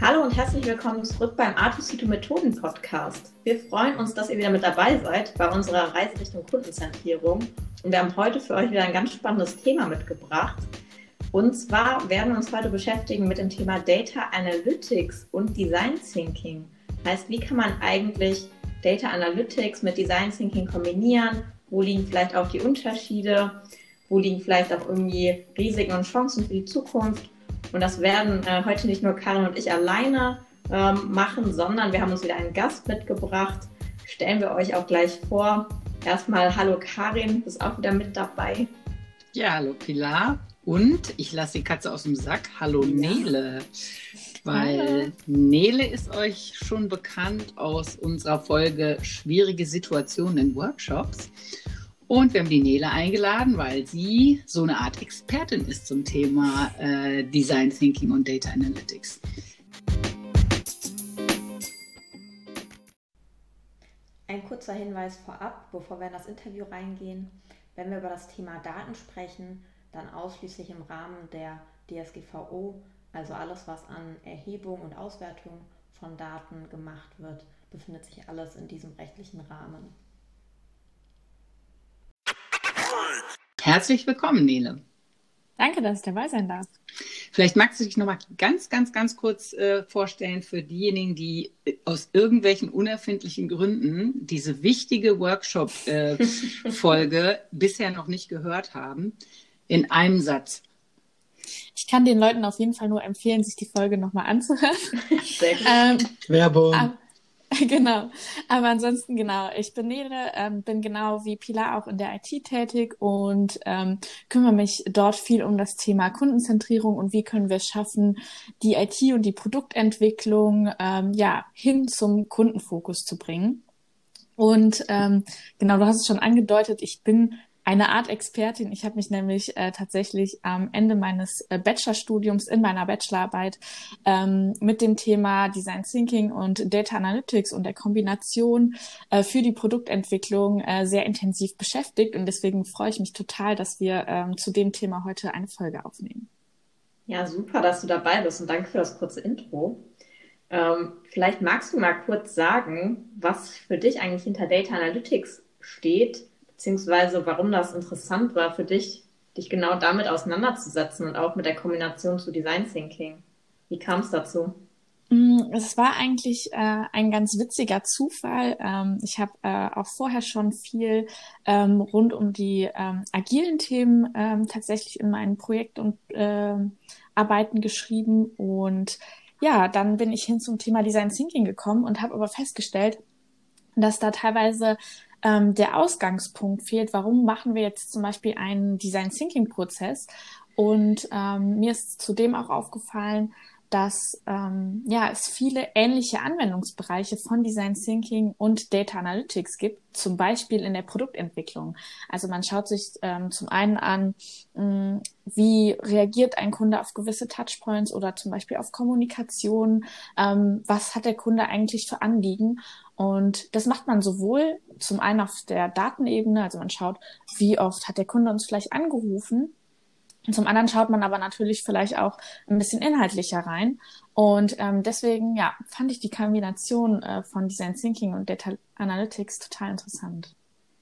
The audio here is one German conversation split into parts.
Hallo und herzlich willkommen zurück beim Artusito Methoden Podcast. Wir freuen uns, dass ihr wieder mit dabei seid bei unserer Reise Richtung Kundenzentrierung. Und wir haben heute für euch wieder ein ganz spannendes Thema mitgebracht. Und zwar werden wir uns heute beschäftigen mit dem Thema Data Analytics und Design Thinking. Heißt, wie kann man eigentlich Data Analytics mit Design Thinking kombinieren? Wo liegen vielleicht auch die Unterschiede? Wo liegen vielleicht auch irgendwie Risiken und Chancen für die Zukunft? Und das werden heute nicht nur Karin und ich alleine machen, sondern wir haben uns wieder einen Gast mitgebracht. Stellen wir euch auch gleich vor. Erstmal hallo Karin, bist auch wieder mit dabei. Ja, hallo Pilar. Und ich lasse die Katze aus dem Sack. Hallo Nele. Weil Nele ist euch schon bekannt aus unserer Folge Schwierige Situationen in Workshops. Und wir haben die Nele eingeladen, weil sie so eine Art Expertin ist zum Thema Design Thinking und Data Analytics. Ein kurzer Hinweis vorab, bevor wir in das Interview reingehen. Wenn wir über das Thema Daten sprechen, dann ausschließlich im Rahmen der DSGVO, also alles, was an Erhebung und Auswertung von Daten gemacht wird, befindet sich alles in diesem rechtlichen Rahmen. Herzlich willkommen, Nele. Danke, dass ich dabei sein darf. Vielleicht magst du dich noch mal ganz kurz vorstellen für diejenigen, die aus irgendwelchen unerfindlichen Gründen diese wichtige Workshop-Folge bisher noch nicht gehört haben, in einem Satz. Ich kann den Leuten auf jeden Fall nur empfehlen, sich die Folge nochmal anzuhören. Sehr gut. Werbung. Genau, aber ansonsten ich bin Nele, bin genau wie Pilar auch in der IT tätig und kümmere mich dort viel um das Thema Kundenzentrierung und wie können wir es schaffen, die IT und die Produktentwicklung hin zum Kundenfokus zu bringen. Und genau, du hast es schon angedeutet, ich bin eine Art Expertin. Ich habe mich nämlich tatsächlich am Ende meines Bachelorstudiums in meiner Bachelorarbeit mit dem Thema Design Thinking und Data Analytics und der Kombination für die Produktentwicklung sehr intensiv beschäftigt. Und deswegen freue ich mich total, dass wir zu dem Thema heute eine Folge aufnehmen. Ja, super, dass du dabei bist und danke für das kurze Intro. Vielleicht magst du mal kurz sagen, was für dich eigentlich hinter Data Analytics steht, beziehungsweise warum das interessant war für dich, dich genau damit auseinanderzusetzen und auch mit der Kombination zu Design Thinking. Wie kam es dazu? Es war eigentlich ein ganz witziger Zufall. Ich habe auch vorher schon viel rund um die agilen Themen tatsächlich in meinen Projekt- und Arbeiten geschrieben. Und ja, dann bin ich hin zum Thema Design Thinking gekommen und habe aber festgestellt, dass da teilweise der Ausgangspunkt fehlt. Warum machen wir jetzt zum Beispiel einen Design Thinking Prozess? Und mir ist zudem auch aufgefallen, dass es viele ähnliche Anwendungsbereiche von Design Thinking und Data Analytics gibt, zum Beispiel in der Produktentwicklung. Also man schaut sich zum einen an, wie reagiert ein Kunde auf gewisse Touchpoints oder zum Beispiel auf Kommunikation, was hat der Kunde eigentlich für Anliegen? Und das macht man sowohl zum einen auf der Datenebene, also man schaut, wie oft hat der Kunde uns vielleicht angerufen. Und zum anderen schaut man aber natürlich vielleicht auch ein bisschen inhaltlicher rein. Und deswegen, fand ich die Kombination von Design Thinking und Data Analytics total interessant.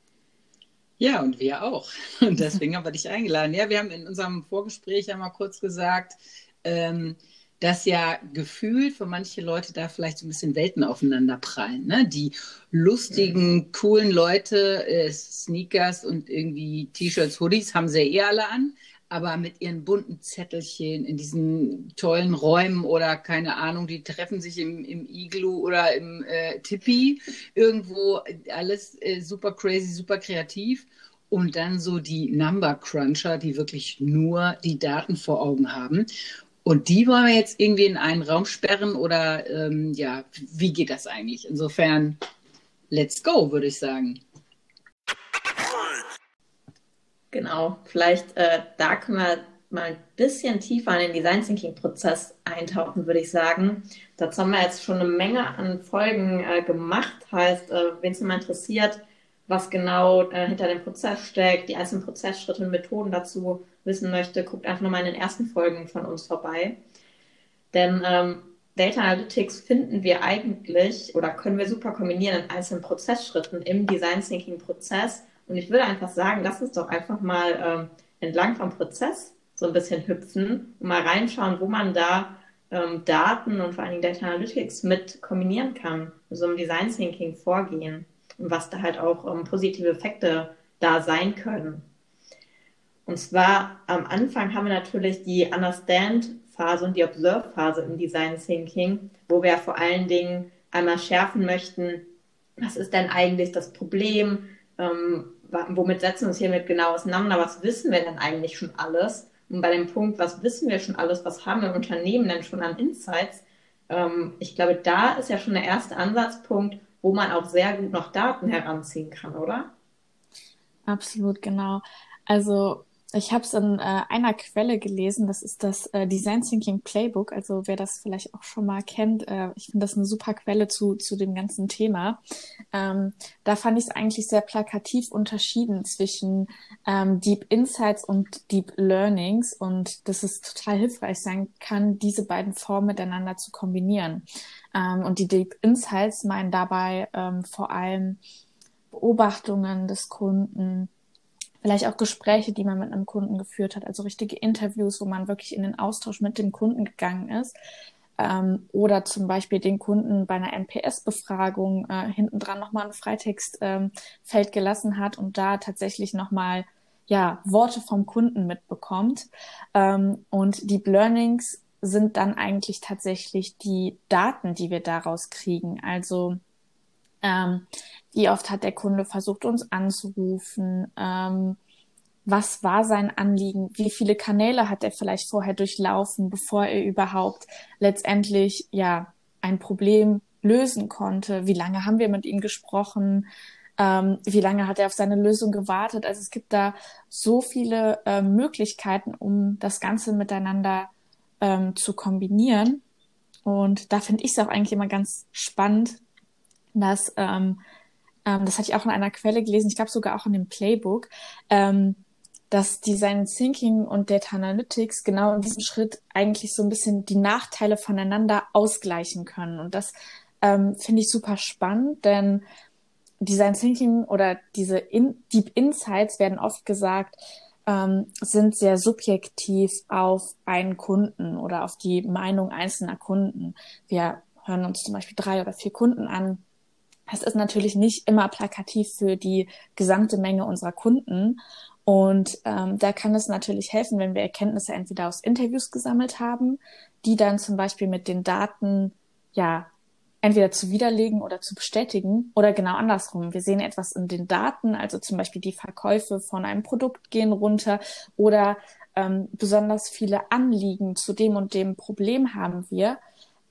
Ja, und wir auch. Und deswegen haben wir dich eingeladen. Ja, wir haben in unserem Vorgespräch ja mal kurz gesagt, dass ja gefühlt für manche Leute da vielleicht so ein bisschen Welten aufeinander prallen. Ne? Die lustigen, coolen Leute, Sneakers und irgendwie T-Shirts, Hoodies haben sie ja alle an. Aber mit ihren bunten Zettelchen in diesen tollen Räumen oder keine Ahnung, die treffen sich im Igloo oder im Tipi irgendwo, alles super crazy, super kreativ. Und dann so die Number Cruncher, die wirklich nur die Daten vor Augen haben. Und die wollen wir jetzt irgendwie in einen Raum sperren oder wie geht das eigentlich? Insofern, let's go, würde ich sagen. Genau, vielleicht da können wir mal ein bisschen tiefer in den Design Thinking Prozess eintauchen, würde ich sagen. Dazu haben wir jetzt schon eine Menge an Folgen gemacht. Heißt, wen es mal interessiert, was genau hinter dem Prozess steckt, die einzelnen Prozessschritte und Methoden dazu wissen möchte, guckt einfach nochmal in den ersten Folgen von uns vorbei. Denn Data Analytics finden wir eigentlich oder können wir super kombinieren in einzelnen Prozessschritten im Design Thinking Prozess. Und ich würde einfach sagen, lass uns doch einfach mal entlang vom Prozess so ein bisschen hüpfen und mal reinschauen, wo man da Daten und vor allen Dingen Data Analytics mit kombinieren kann, so im Design Thinking vorgehen und was da halt auch positive Effekte da sein können. Und zwar am Anfang haben wir natürlich die Understand-Phase und die Observe-Phase im Design Thinking, wo wir vor allen Dingen einmal schärfen möchten, was ist denn eigentlich das Problem, womit setzen wir uns hiermit genau auseinander, was wissen wir denn eigentlich schon alles? Und bei dem Punkt, was wissen wir schon alles, was haben wir im Unternehmen denn schon an Insights, ich glaube, da ist ja schon der erste Ansatzpunkt, wo man auch sehr gut noch Daten heranziehen kann, oder? Absolut, genau. Also ich habe es in einer Quelle gelesen, das ist das Design Thinking Playbook. Also wer das vielleicht auch schon mal kennt, ich finde das eine super Quelle zu dem ganzen Thema. Da fand ich es eigentlich sehr plakativ unterschieden zwischen Deep Insights und Deep Learnings und dass es total hilfreich sein kann, diese beiden Formen miteinander zu kombinieren. Und die Deep Insights meinen dabei vor allem Beobachtungen des Kunden, vielleicht auch Gespräche, die man mit einem Kunden geführt hat, also richtige Interviews, wo man wirklich in den Austausch mit dem Kunden gegangen ist. Oder zum Beispiel den Kunden bei einer NPS-Befragung hinten dran nochmal ein Freitextfeld gelassen hat und da tatsächlich nochmal Worte vom Kunden mitbekommt. Und Deep Learnings sind dann eigentlich tatsächlich die Daten, die wir daraus kriegen. Also wie oft hat der Kunde versucht, uns anzurufen? Was war sein Anliegen? Wie viele Kanäle hat er vielleicht vorher durchlaufen, bevor er überhaupt letztendlich ein Problem lösen konnte? Wie lange haben wir mit ihm gesprochen? Wie lange hat er auf seine Lösung gewartet? Also es gibt da so viele Möglichkeiten, um das Ganze miteinander zu kombinieren. Und da finde ich es auch eigentlich immer ganz spannend, dass das hatte ich auch in einer Quelle gelesen, ich glaube sogar auch in dem Playbook, dass Design Thinking und Data Analytics genau in diesem Schritt eigentlich so ein bisschen die Nachteile voneinander ausgleichen können. Und das finde ich super spannend, denn Design Thinking oder diese Deep Insights werden oft gesagt, sind sehr subjektiv auf einen Kunden oder auf die Meinung einzelner Kunden. Wir hören uns zum Beispiel 3 oder 4 Kunden an. Das ist natürlich nicht immer plakativ für die gesamte Menge unserer Kunden. Und da kann es natürlich helfen, wenn wir Erkenntnisse entweder aus Interviews gesammelt haben, die dann zum Beispiel mit den Daten entweder zu widerlegen oder zu bestätigen oder genau andersrum. Wir sehen etwas in den Daten, also zum Beispiel die Verkäufe von einem Produkt gehen runter oder besonders viele Anliegen zu dem und dem Problem haben wir.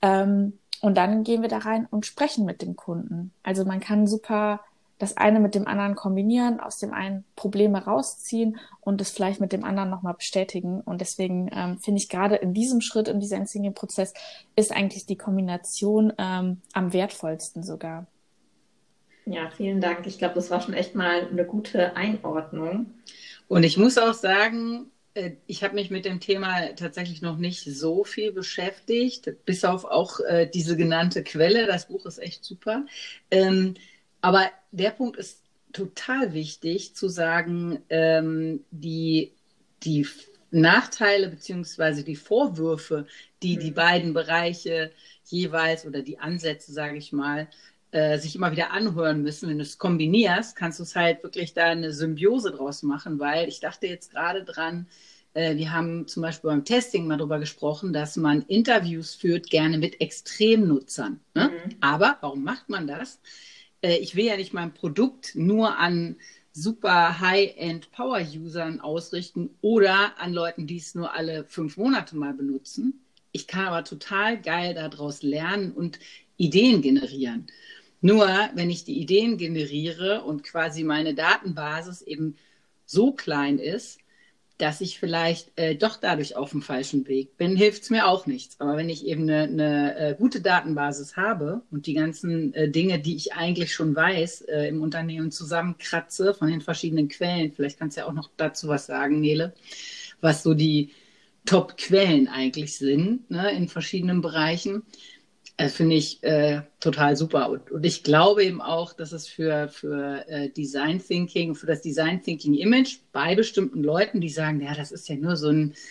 Und dann gehen wir da rein und sprechen mit dem Kunden. Also man kann super das eine mit dem anderen kombinieren, aus dem einen Probleme rausziehen und es vielleicht mit dem anderen nochmal bestätigen. Und deswegen finde ich gerade in diesem Schritt im Design Thinking Prozess ist eigentlich die Kombination am wertvollsten sogar. Ja, vielen Dank. Ich glaube, das war schon echt mal eine gute Einordnung. Und ich muss auch sagen, ich habe mich mit dem Thema tatsächlich noch nicht so viel beschäftigt, bis auf auch diese genannte Quelle. Das Buch ist echt super. Aber der Punkt ist total wichtig, zu sagen, die Nachteile bzw. die Vorwürfe, die die beiden Bereiche jeweils oder die Ansätze, sage ich mal, sich immer wieder anhören müssen. Wenn du es kombinierst, kannst du es halt wirklich da eine Symbiose draus machen, weil ich dachte jetzt gerade dran, wir haben zum Beispiel beim Testing mal darüber gesprochen, dass man Interviews führt, gerne mit Extremnutzern. Ne? Aber warum macht man das? Ich will ja nicht mein Produkt nur an super High-End Power-Usern ausrichten oder an Leuten, die es nur alle 5 Monate mal benutzen. Ich kann aber total geil daraus lernen und Ideen generieren. Nur wenn ich die Ideen generiere und quasi meine Datenbasis eben so klein ist, dass ich vielleicht doch dadurch auf dem falschen Weg bin, hilft es mir auch nichts. Aber wenn ich eben eine gute Datenbasis habe und die ganzen Dinge, die ich eigentlich schon weiß, im Unternehmen zusammenkratze von den verschiedenen Quellen, vielleicht kannst du ja auch noch dazu was sagen, Nele, was so die Top-Quellen eigentlich sind, ne, in verschiedenen Bereichen, Finde ich total super. Und ich glaube eben auch, dass es für Design Thinking, für das Design Thinking Image bei bestimmten Leuten, die sagen, ja, das ist ja nur so ein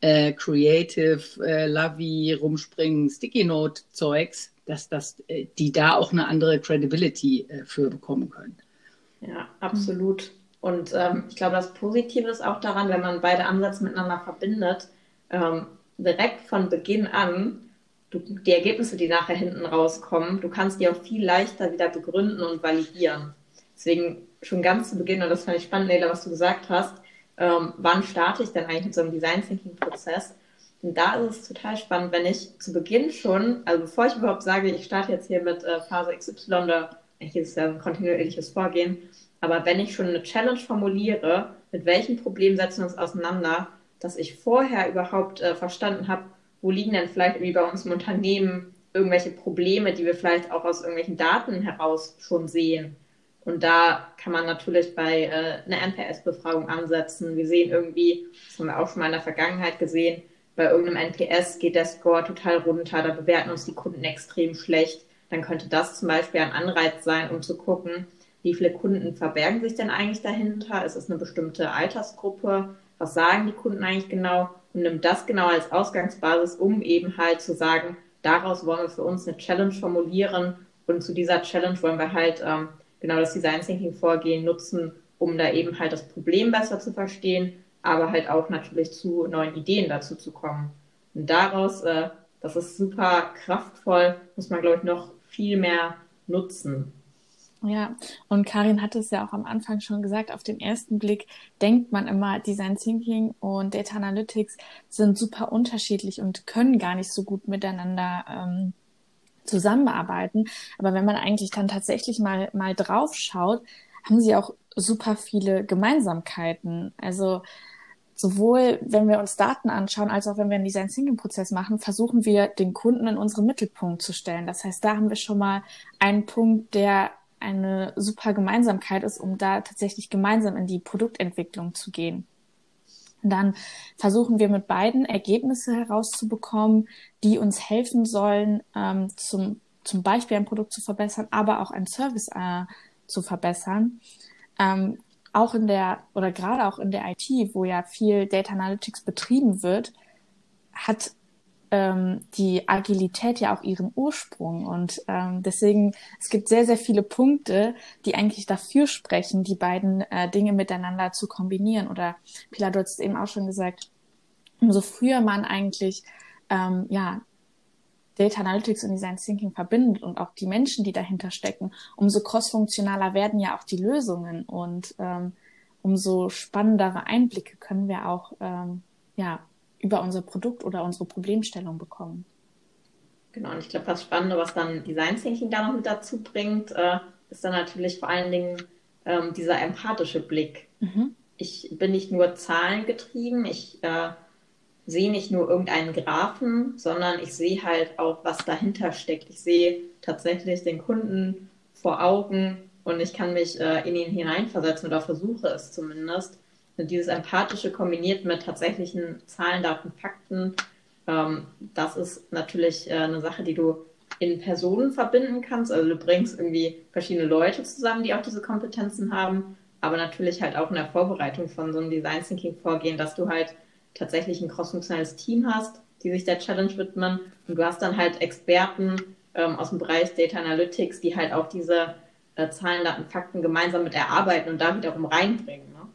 Creative, Lovey, rumspringen, Sticky Note Zeugs, dass die da auch eine andere Credibility für bekommen können. Ja, absolut. Und ich glaube, das Positive ist auch daran, wenn man beide Ansätze miteinander verbindet, ähm, direkt von Beginn an, die Ergebnisse, die nachher hinten rauskommen, du kannst die auch viel leichter wieder begründen und validieren. Deswegen schon ganz zu Beginn, und das fand ich spannend, Leila, was du gesagt hast, wann starte ich denn eigentlich mit so einem Design Thinking Prozess? Und da ist es total spannend, wenn ich zu Beginn schon, also bevor ich überhaupt sage, ich starte jetzt hier mit Phase XY, oder eigentlich ist es ja ein kontinuierliches Vorgehen, aber wenn ich schon eine Challenge formuliere, mit welchen Problemen setzen wir uns auseinander, dass ich vorher überhaupt verstanden habe, wo liegen denn vielleicht irgendwie bei uns im Unternehmen irgendwelche Probleme, die wir vielleicht auch aus irgendwelchen Daten heraus schon sehen. Und da kann man natürlich bei einer NPS-Befragung ansetzen. Wir sehen irgendwie, das haben wir auch schon mal in der Vergangenheit gesehen, bei irgendeinem NPS geht der Score total runter, da bewerten uns die Kunden extrem schlecht. Dann könnte das zum Beispiel ein Anreiz sein, um zu gucken, wie viele Kunden verbergen sich denn eigentlich dahinter? Ist es eine bestimmte Altersgruppe? Was sagen die Kunden eigentlich genau? Und nimmt das genau als Ausgangsbasis, um eben halt zu sagen, daraus wollen wir für uns eine Challenge formulieren und zu dieser Challenge wollen wir halt genau das Design Thinking Vorgehen nutzen, um da eben halt das Problem besser zu verstehen, aber halt auch natürlich zu neuen Ideen dazu zu kommen. Und daraus, das ist super kraftvoll, muss man, glaube ich, noch viel mehr nutzen. Ja, und Karin hatte es ja auch am Anfang schon gesagt, auf den ersten Blick denkt man immer, Design Thinking und Data Analytics sind super unterschiedlich und können gar nicht so gut miteinander zusammenarbeiten. Aber wenn man eigentlich dann tatsächlich mal drauf schaut, haben sie auch super viele Gemeinsamkeiten. Also sowohl wenn wir uns Daten anschauen, als auch wenn wir einen Design Thinking Prozess machen, versuchen wir den Kunden in unseren Mittelpunkt zu stellen. Das heißt, da haben wir schon mal einen Punkt, der eine super Gemeinsamkeit ist, um da tatsächlich gemeinsam in die Produktentwicklung zu gehen. Und dann versuchen wir mit beiden Ergebnisse herauszubekommen, die uns helfen sollen, zum Beispiel ein Produkt zu verbessern, aber auch einen Service zu verbessern. Auch gerade auch in der IT, wo ja viel Data Analytics betrieben wird, hat die Agilität ja auch ihren Ursprung. Und deswegen, es gibt sehr, sehr viele Punkte, die eigentlich dafür sprechen, die beiden Dinge miteinander zu kombinieren. Oder Pilar, du hast es eben auch schon gesagt, umso früher man eigentlich Data Analytics und Design Thinking verbindet und auch die Menschen, die dahinter stecken, umso crossfunktionaler werden ja auch die Lösungen und umso spannendere Einblicke können wir auch über unser Produkt oder unsere Problemstellung bekommen. Genau, und ich glaube, das Spannende, was dann Design Thinking da noch mit dazu bringt, ist dann natürlich vor allen Dingen dieser empathische Blick. Mhm. Ich bin nicht nur zahlengetrieben, ich sehe nicht nur irgendeinen Graphen, sondern ich sehe halt auch, was dahinter steckt. Ich sehe tatsächlich den Kunden vor Augen und ich kann mich in ihn hineinversetzen oder versuche es zumindest. Und dieses Empathische kombiniert mit tatsächlichen Zahlen, Daten, Fakten, das ist natürlich eine Sache, die du in Personen verbinden kannst. Also du bringst irgendwie verschiedene Leute zusammen, die auch diese Kompetenzen haben, aber natürlich halt auch in der Vorbereitung von so einem Design Thinking Vorgehen, dass du halt tatsächlich ein crossfunktionales Team hast, die sich der Challenge widmen. Und du hast dann halt Experten aus dem Bereich Data Analytics, die halt auch diese Zahlen, Daten, Fakten gemeinsam mit erarbeiten und da wiederum reinbringen. Ne?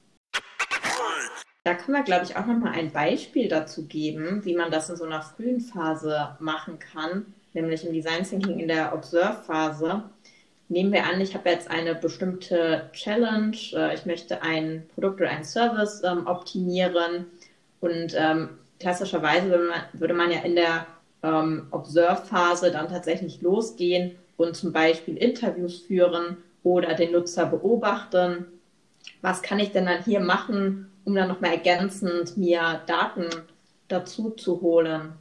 Da können wir, glaube ich, auch nochmal ein Beispiel dazu geben, wie man das in so einer frühen Phase machen kann, nämlich im Design Thinking in der Observe-Phase. Nehmen wir an, ich habe jetzt eine bestimmte Challenge, ich möchte ein Produkt oder einen Service optimieren und klassischerweise würde man ja in der Observe-Phase dann tatsächlich losgehen und zum Beispiel Interviews führen oder den Nutzer beobachten. Was kann ich denn dann hier machen, um dann nochmal ergänzend mir Daten dazu zu holen?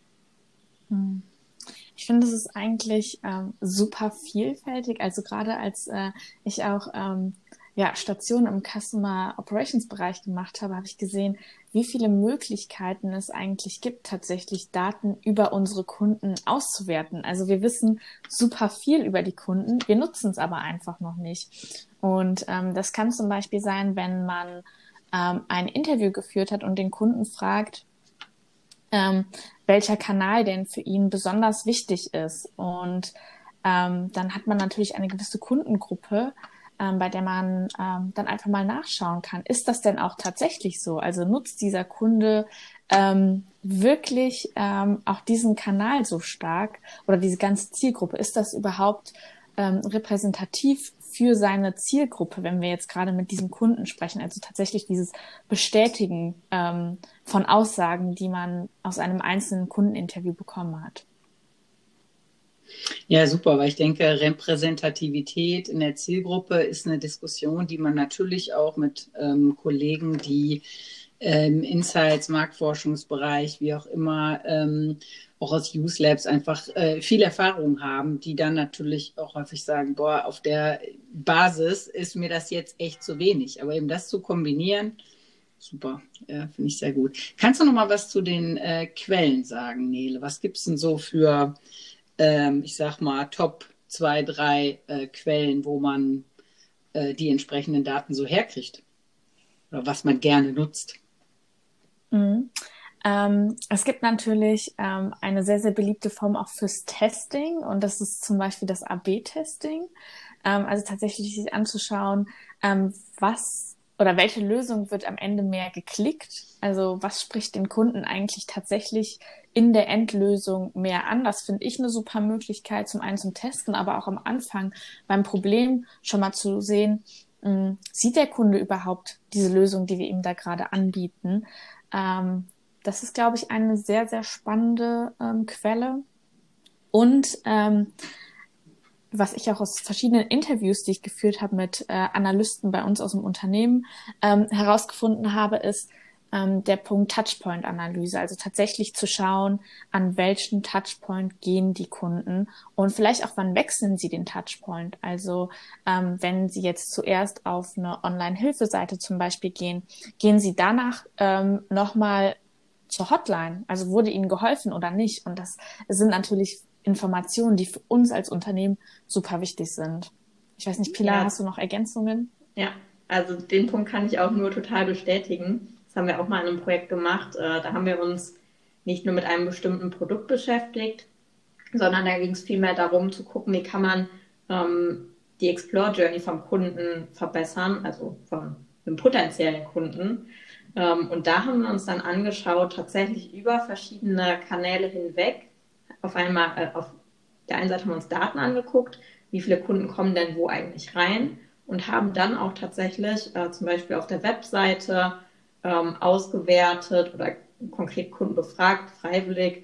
Ich finde, es ist eigentlich super vielfältig. Also gerade als ich auch Stationen im Customer Operations Bereich gemacht habe, habe ich gesehen, wie viele Möglichkeiten es eigentlich gibt, tatsächlich Daten über unsere Kunden auszuwerten. Also wir wissen super viel über die Kunden, wir nutzen es aber einfach noch nicht. Und das kann zum Beispiel sein, wenn man ein Interview geführt hat und den Kunden fragt, welcher Kanal denn für ihn besonders wichtig ist. Und dann hat man natürlich eine gewisse Kundengruppe, bei der man dann einfach mal nachschauen kann. Ist das denn auch tatsächlich so? Also nutzt dieser Kunde wirklich auch diesen Kanal so stark oder diese ganze Zielgruppe? Ist das überhaupt repräsentativ für seine Zielgruppe, wenn wir jetzt gerade mit diesem Kunden sprechen? Also tatsächlich dieses Bestätigen von Aussagen, die man aus einem einzelnen Kundeninterview bekommen hat. Ja, super, weil ich denke, Repräsentativität in der Zielgruppe ist eine Diskussion, die man natürlich auch mit Kollegen, die Insights, Marktforschungsbereich, wie auch immer, auch aus Use Labs einfach viel Erfahrung haben, die dann natürlich auch häufig sagen, boah, auf der Basis ist mir das jetzt echt zu wenig. Aber eben das zu kombinieren, super, ja, finde ich sehr gut. Kannst du noch mal was zu den Quellen sagen, Nele? Was gibt es denn so für ich sag mal, Top 2, 3 Quellen, wo man die entsprechenden Daten so herkriegt? Oder was man gerne nutzt? Mhm. Es gibt natürlich eine sehr, sehr beliebte Form auch fürs Testing und das ist zum Beispiel das AB-Testing. Also tatsächlich sich anzuschauen, was oder welche Lösung wird am Ende mehr geklickt. Also was spricht den Kunden eigentlich tatsächlich in der Endlösung mehr an? Das finde ich eine super Möglichkeit, zum einen zum Testen, aber auch am Anfang beim Problem schon mal zu sehen, sieht der Kunde überhaupt diese Lösung, die wir ihm da gerade anbieten? Das ist, glaube ich, eine sehr, sehr spannende Quelle. Und was ich auch aus verschiedenen Interviews, die ich geführt habe mit Analysten bei uns aus dem Unternehmen, herausgefunden habe, ist der Punkt Touchpoint-Analyse. Also tatsächlich zu schauen, an welchen Touchpoint gehen die Kunden und vielleicht auch, wann wechseln sie den Touchpoint. Also wenn sie jetzt zuerst auf eine Online-Hilfeseite zum Beispiel gehen, gehen sie danach nochmal zur Hotline. Also wurde ihnen geholfen oder nicht? Und das sind natürlich Informationen, die für uns als Unternehmen super wichtig sind. Ich weiß nicht, Pilar, hast du noch Ergänzungen? Ja, also den Punkt kann ich auch nur total bestätigen. Das haben wir auch mal in einem Projekt gemacht. Da haben wir uns nicht nur mit einem bestimmten Produkt beschäftigt, sondern da ging es vielmehr darum zu gucken, wie kann man die Explore Journey vom Kunden verbessern, also von einem potenziellen Kunden. Und da haben wir uns dann angeschaut, tatsächlich über verschiedene Kanäle hinweg. Auf einmal, auf der einen Seite haben wir uns Daten angeguckt, wie viele Kunden kommen denn wo eigentlich rein und haben dann auch tatsächlich zum Beispiel auf der Webseite ausgewertet oder konkret Kunden befragt, freiwillig,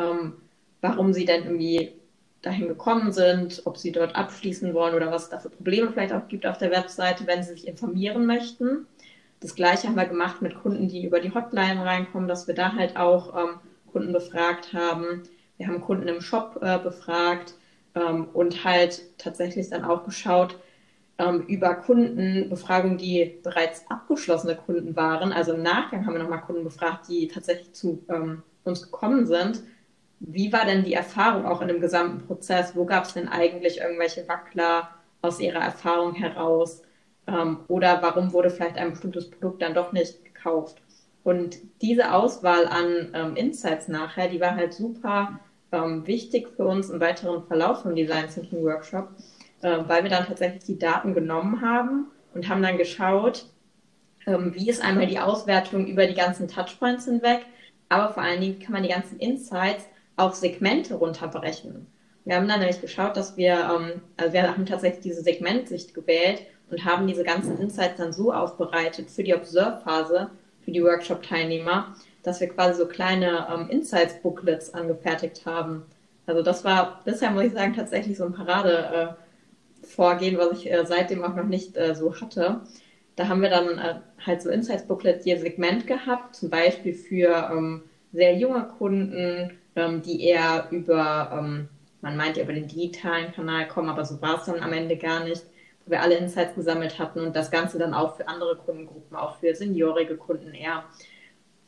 warum sie denn irgendwie dahin gekommen sind, ob sie dort abschließen wollen oder was es da für Probleme vielleicht auch gibt auf der Webseite, wenn sie sich informieren möchten. Das Gleiche haben wir gemacht mit Kunden, die über die Hotline reinkommen, dass wir da halt auch Kunden befragt haben. Wir haben Kunden im Shop befragt und halt tatsächlich dann auch geschaut über Kundenbefragungen, die bereits abgeschlossene Kunden waren. Also im Nachgang haben wir nochmal Kunden befragt, die tatsächlich zu uns gekommen sind. Wie war denn die Erfahrung auch in dem gesamten Prozess? Wo gab es denn eigentlich irgendwelche Wackler aus ihrer Erfahrung heraus? Oder warum wurde vielleicht ein bestimmtes Produkt dann doch nicht gekauft? Und diese Auswahl an Insights nachher, die war halt super wichtig für uns im weiteren Verlauf vom Design Thinking Workshop, weil wir dann tatsächlich die Daten genommen haben und haben dann geschaut, wie ist einmal die Auswertung über die ganzen Touchpoints hinweg, aber vor allen Dingen, wie kann man die ganzen Insights auf Segmente runterbrechen. Wir haben dann nämlich geschaut, dass also wir haben tatsächlich diese Segmentsicht gewählt und haben diese ganzen Insights dann so aufbereitet für die Observe-Phase, für die Workshop-Teilnehmer, dass wir quasi so kleine Insights-Booklets angefertigt haben. Also das war bisher, muss ich sagen, tatsächlich so ein Paradevorgehen, was ich seitdem auch noch nicht so hatte. Da haben wir dann halt so Insights-Booklets je Segment gehabt, zum Beispiel für sehr junge Kunden, die eher über, man meint ja über den digitalen Kanal kommen, aber so war es dann am Ende gar nicht, wo wir alle Insights gesammelt hatten und das Ganze dann auch für andere Kundengruppen, auch für seniorige Kunden eher.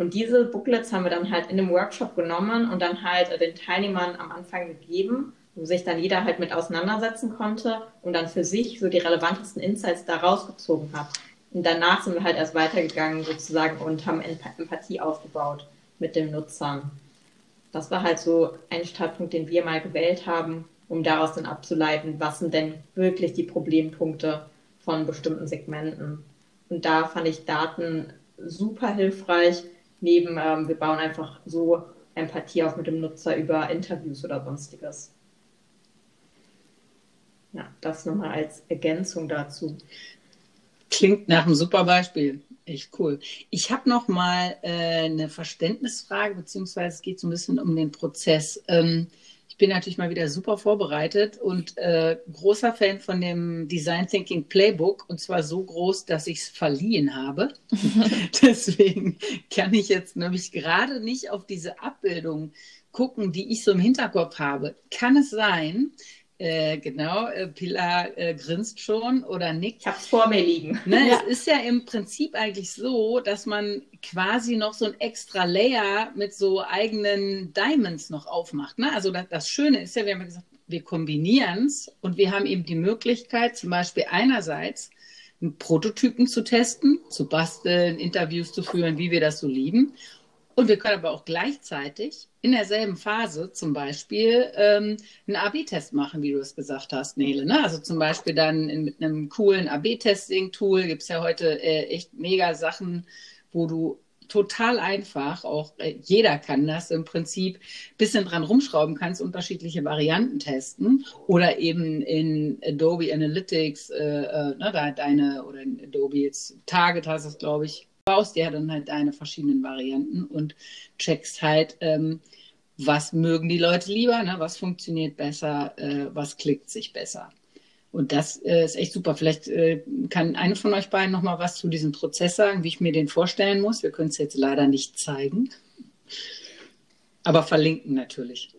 Und diese Booklets haben wir dann halt in dem Workshop genommen und dann halt den Teilnehmern am Anfang gegeben, wo sich dann jeder halt mit auseinandersetzen konnte und dann für sich so die relevantesten Insights da rausgezogen hat. Und danach sind wir halt erst weitergegangen sozusagen und haben Empathie aufgebaut mit den Nutzern. Das war halt so ein Startpunkt, den wir mal gewählt haben, um daraus dann abzuleiten, was sind denn wirklich die Problempunkte von bestimmten Segmenten. Und da fand ich Daten super hilfreich, neben wir bauen einfach so Empathie auf mit dem Nutzer über Interviews oder sonstiges. Ja, das nochmal als Ergänzung dazu. Klingt nach einem super Beispiel. Echt cool. Ich habe noch mal eine Verständnisfrage, beziehungsweise es geht so ein bisschen um den Prozess. Ich bin natürlich mal wieder super vorbereitet und großer Fan von dem Design Thinking Playbook, und zwar so groß, dass ich es verliehen habe. Deswegen kann ich jetzt nämlich gerade nicht auf diese Abbildung gucken, die ich so im Hinterkopf habe. Kann es sein, genau, Pilar grinst schon oder nickt. Ich habe es vor mir liegen. Ne, ja. Es ist ja im Prinzip eigentlich so, dass man quasi noch so ein extra Layer mit so eigenen Diamonds noch aufmacht. Ne? Also das Schöne ist ja, wir haben gesagt, wir kombinieren es und wir haben eben die Möglichkeit, zum Beispiel einerseits einen Prototypen zu testen, zu basteln, Interviews zu führen, wie wir das so lieben. Und wir können aber auch gleichzeitig in derselben Phase zum Beispiel einen AB-Test machen, wie du es gesagt hast, Nele. Ne? Also zum Beispiel dann mit einem coolen AB-Testing-Tool gibt es ja heute echt mega Sachen, wo du total einfach, auch jeder kann das im Prinzip, ein bisschen dran rumschrauben kannst, unterschiedliche Varianten testen oder eben in Adobe Analytics, ne, deine, oder in Adobe jetzt Target hast es, glaube ich, baust dir dann halt deine verschiedenen Varianten und checkst halt, was mögen die Leute lieber, ne? Was funktioniert besser, was klickt sich besser. Und das ist echt super. Vielleicht kann eine von euch beiden noch mal was zu diesem Prozess sagen, wie ich mir den vorstellen muss. Wir können es jetzt leider nicht zeigen, aber verlinken natürlich.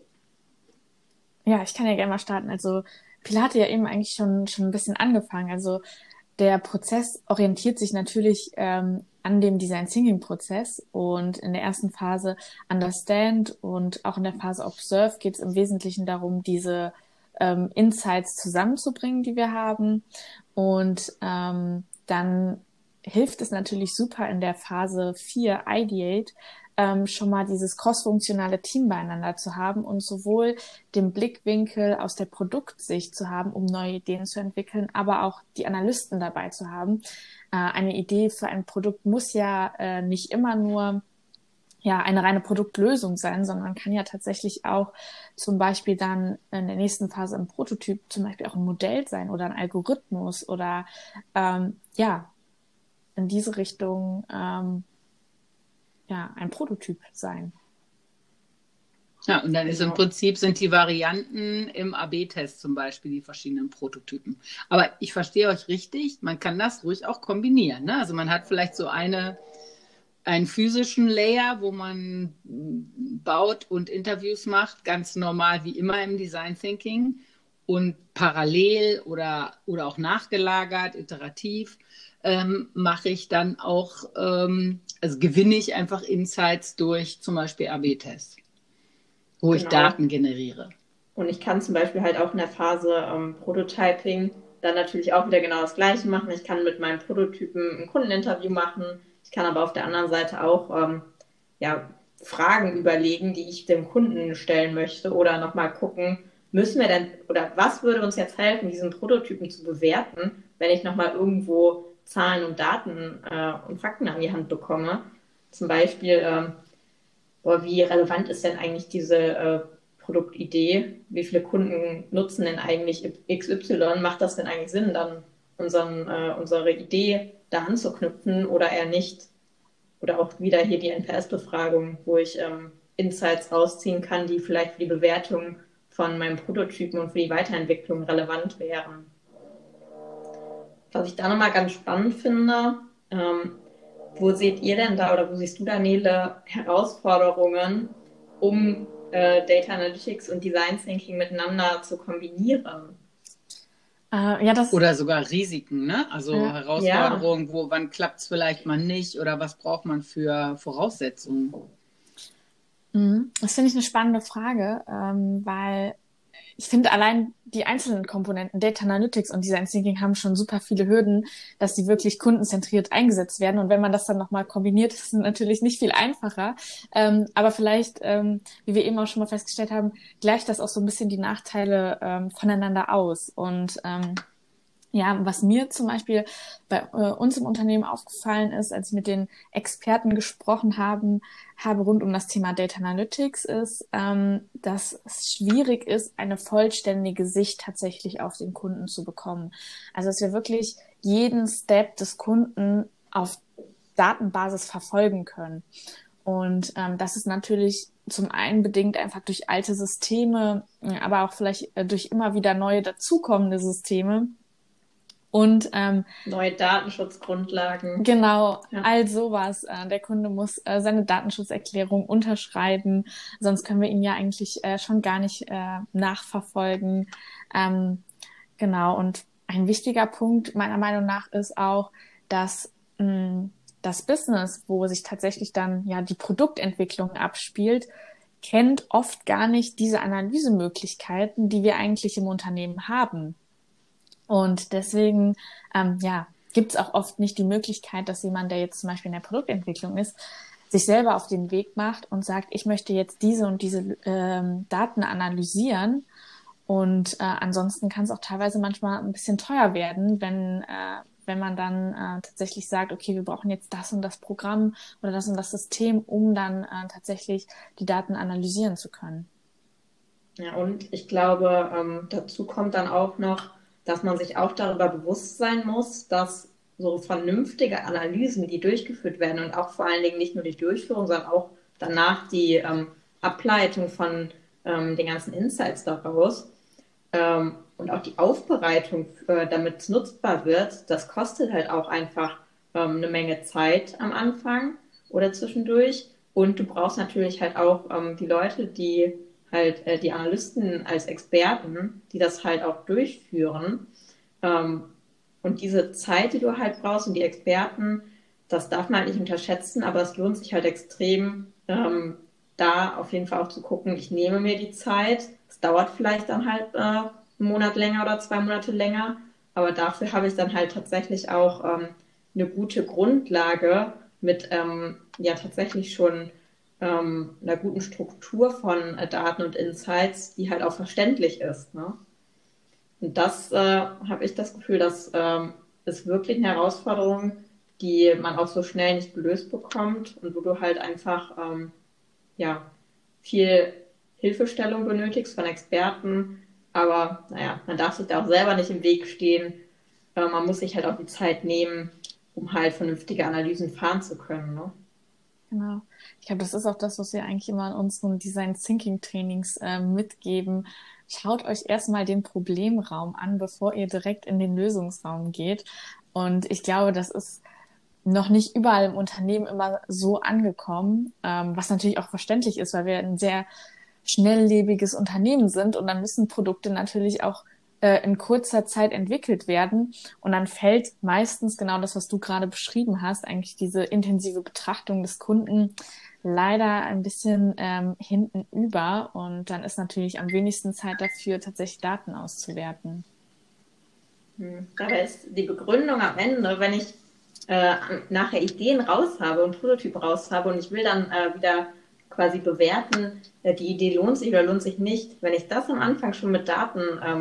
Ja, ich kann ja gerne mal starten. Also Pilar hatte ja eben eigentlich schon ein bisschen angefangen. Also der Prozess orientiert sich natürlich an dem Design Thinking Prozess und in der ersten Phase Understand und auch in der Phase Observe geht es im Wesentlichen darum, diese Insights zusammenzubringen, die wir haben. Und dann hilft es natürlich super in der Phase 4 Ideate, schon mal dieses crossfunktionale Team beieinander zu haben und sowohl den Blickwinkel aus der Produktsicht zu haben, um neue Ideen zu entwickeln, aber auch die Analysten dabei zu haben. Eine Idee für ein Produkt muss ja nicht immer nur eine reine Produktlösung sein, sondern kann ja tatsächlich auch zum Beispiel dann in der nächsten Phase ein Prototyp zum Beispiel auch ein Modell sein oder ein Algorithmus oder in diese Richtung ein Prototyp sein. Ja, und dann ist im Prinzip sind die Varianten im AB-Test zum Beispiel die verschiedenen Prototypen. Aber ich verstehe euch richtig, man kann das ruhig auch kombinieren. Ne? Also man hat vielleicht so einen physischen Layer, wo man baut und Interviews macht, ganz normal wie immer im Design Thinking und parallel oder auch nachgelagert, iterativ mache ich dann auch, also gewinne ich einfach Insights durch zum Beispiel AB-Tests, wo ich Daten generiere. Und ich kann zum Beispiel halt auch in der Phase Prototyping dann natürlich auch wieder genau das Gleiche machen. Ich kann mit meinem Prototypen ein Kundeninterview machen. Ich kann aber auf der anderen Seite auch Fragen überlegen, die ich dem Kunden stellen möchte oder nochmal gucken, müssen wir denn, oder was würde uns jetzt helfen, diesen Prototypen zu bewerten, wenn ich nochmal irgendwo Zahlen und Daten und Fakten an die Hand bekomme. Zum Beispiel, wie relevant ist denn eigentlich diese Produktidee? Wie viele Kunden nutzen denn eigentlich XY? Macht das denn eigentlich Sinn, dann unsere Idee da anzuknüpfen oder eher nicht? Oder auch wieder hier die NPS-Befragung, wo ich Insights rausziehen kann, die vielleicht für die Bewertung von meinem Prototypen und für die Weiterentwicklung relevant wären. Was ich da nochmal ganz spannend finde, wo seht ihr denn da oder wo siehst du da, Nele, Herausforderungen, um Data Analytics und Design Thinking miteinander zu kombinieren? Ja, Oder sogar Risiken, ne? Also ja. Herausforderungen, wann klappt es vielleicht mal nicht oder was braucht man für Voraussetzungen? Das finde ich eine spannende Frage, weil ich finde allein die einzelnen Komponenten, Data Analytics und Design Thinking haben schon super viele Hürden, dass sie wirklich kundenzentriert eingesetzt werden. Und wenn man das dann nochmal kombiniert, ist es natürlich nicht viel einfacher. Aber vielleicht, wie wir eben auch schon mal festgestellt haben, gleicht das auch so ein bisschen die Nachteile voneinander aus. Und ja, was mir zum Beispiel bei uns im Unternehmen aufgefallen ist, als ich mit den Experten gesprochen habe rund um das Thema Data Analytics, ist, dass es schwierig ist, eine vollständige Sicht tatsächlich auf den Kunden zu bekommen. Also dass wir wirklich jeden Step des Kunden auf Datenbasis verfolgen können. Und das ist natürlich zum einen bedingt einfach durch alte Systeme, aber auch vielleicht durch immer wieder neue dazukommende Systeme. Und neue Datenschutzgrundlagen. genau, all sowas. Der Kunde muss seine Datenschutzerklärung unterschreiben, sonst können wir ihn ja eigentlich schon gar nicht nachverfolgen. Genau, und ein wichtiger Punkt meiner Meinung nach ist auch, dass das Business, wo sich tatsächlich dann ja die Produktentwicklung abspielt, kennt oft gar nicht diese Analysemöglichkeiten, die wir eigentlich im Unternehmen haben. Und deswegen, ja, gibt es auch oft nicht die Möglichkeit, dass jemand, der jetzt zum Beispiel in der Produktentwicklung ist, sich selber auf den Weg macht und sagt, ich möchte jetzt diese und diese Daten analysieren. Und ansonsten kann es auch teilweise manchmal ein bisschen teuer werden, wenn man dann tatsächlich sagt, okay, wir brauchen jetzt das und das Programm oder das und das System, um dann tatsächlich die Daten analysieren zu können. Ja, und ich glaube, dazu kommt dann auch noch, dass man sich auch darüber bewusst sein muss, dass so vernünftige Analysen, die durchgeführt werden und auch vor allen Dingen nicht nur die Durchführung, sondern auch danach die Ableitung von den ganzen Insights daraus und auch die Aufbereitung, damit es nutzbar wird, das kostet halt auch einfach eine Menge Zeit am Anfang oder zwischendurch. Und du brauchst natürlich halt auch die Leute, die halt die Analysten als Experten, die das halt auch durchführen. Und diese Zeit, die du halt brauchst und die Experten, das darf man halt nicht unterschätzen, aber es lohnt sich halt extrem, da auf jeden Fall auch zu gucken, ich nehme mir die Zeit. Es dauert vielleicht dann halt einen Monat länger oder 2 Monate länger, aber dafür habe ich dann halt tatsächlich auch eine gute Grundlage mit ja tatsächlich schon einer guten Struktur von Daten und Insights, die halt auch verständlich ist. Ne? Und das habe ich das Gefühl, das ist wirklich eine Herausforderung, die man auch so schnell nicht gelöst bekommt und wo du halt einfach ja, viel Hilfestellung benötigst von Experten. Aber naja, man darf sich da auch selber nicht im Weg stehen. Man muss sich halt auch die Zeit nehmen, um halt vernünftige Analysen fahren zu können. Ne? Genau. Ich glaube, das ist auch das, was wir eigentlich immer in unseren Design Thinking Trainings mitgeben. Schaut euch erstmal den Problemraum an, bevor ihr direkt in den Lösungsraum geht. Und ich glaube, das ist noch nicht überall im Unternehmen immer so angekommen, was natürlich auch verständlich ist, weil wir ein sehr schnelllebiges Unternehmen sind und dann müssen Produkte natürlich auch in kurzer Zeit entwickelt werden und dann fällt meistens genau das, was du gerade beschrieben hast, eigentlich diese intensive Betrachtung des Kunden leider ein bisschen hinten über und dann ist natürlich am wenigsten Zeit dafür, tatsächlich Daten auszuwerten. Aber ist die Begründung am Ende, wenn ich nachher Ideen raus habe und Prototypen raus habe und ich will dann wieder quasi bewerten, die Idee lohnt sich oder lohnt sich nicht. Wenn ich das am Anfang schon mit Daten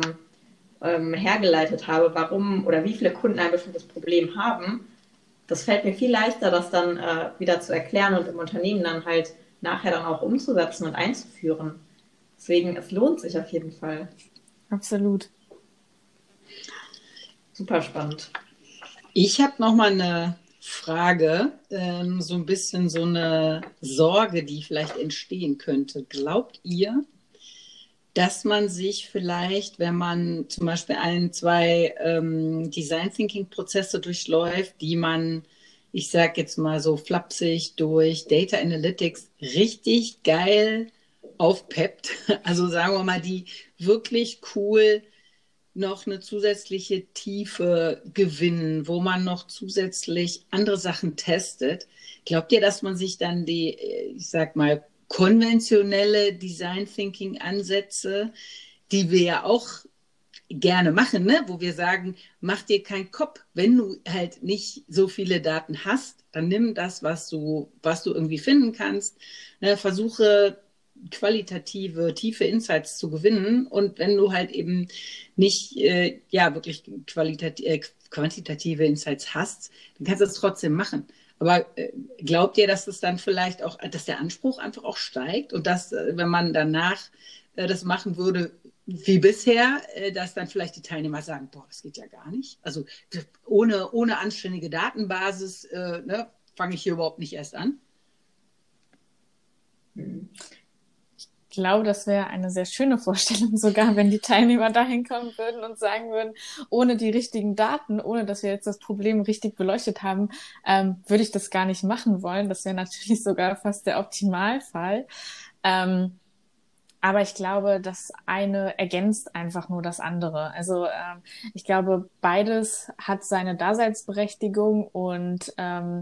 hergeleitet habe, warum oder wie viele Kunden ein bestimmtes Problem haben, das fällt mir viel leichter, das dann wieder zu erklären und im Unternehmen dann halt nachher dann auch umzusetzen und einzuführen. Deswegen, es lohnt sich auf jeden Fall. Absolut. Super spannend. Ich habe noch mal eine Frage, so ein bisschen so eine Sorge, die vielleicht entstehen könnte. Glaubt ihr, dass man sich vielleicht, wenn man zum Beispiel 2 Design Thinking Prozesse durchläuft, die man, ich sage jetzt mal so flapsig, durch Data Analytics richtig geil aufpeppt, also sagen wir mal, die wirklich cool noch eine zusätzliche Tiefe gewinnen, wo man noch zusätzlich andere Sachen testet? Glaubt ihr, dass man sich dann die, ich sag mal, konventionelle Design Thinking Ansätze, die wir ja auch gerne machen, ne? Wo wir sagen, mach dir keinen Kopf, wenn du halt nicht so viele Daten hast, dann nimm das, was du irgendwie finden kannst, ne? Versuche qualitative, tiefe Insights zu gewinnen, und wenn du halt eben nicht wirklich quantitative Insights hast, dann kannst du es trotzdem machen. Aber glaubt ihr, dass es dann vielleicht auch, dass der Anspruch einfach auch steigt und dass, wenn man danach das machen würde wie bisher, dass dann vielleicht die Teilnehmer sagen, boah, das geht ja gar nicht. Also ohne anständige Datenbasis fange ich hier überhaupt nicht erst an. Ich glaube, das wäre eine sehr schöne Vorstellung sogar, wenn die Teilnehmer dahin kommen würden und sagen würden, ohne die richtigen Daten, ohne dass wir jetzt das Problem richtig beleuchtet haben, würde ich das gar nicht machen wollen. Das wäre natürlich sogar fast der Optimalfall. Aber ich glaube, das eine ergänzt einfach nur das andere. Also ich glaube, beides hat seine Daseinsberechtigung und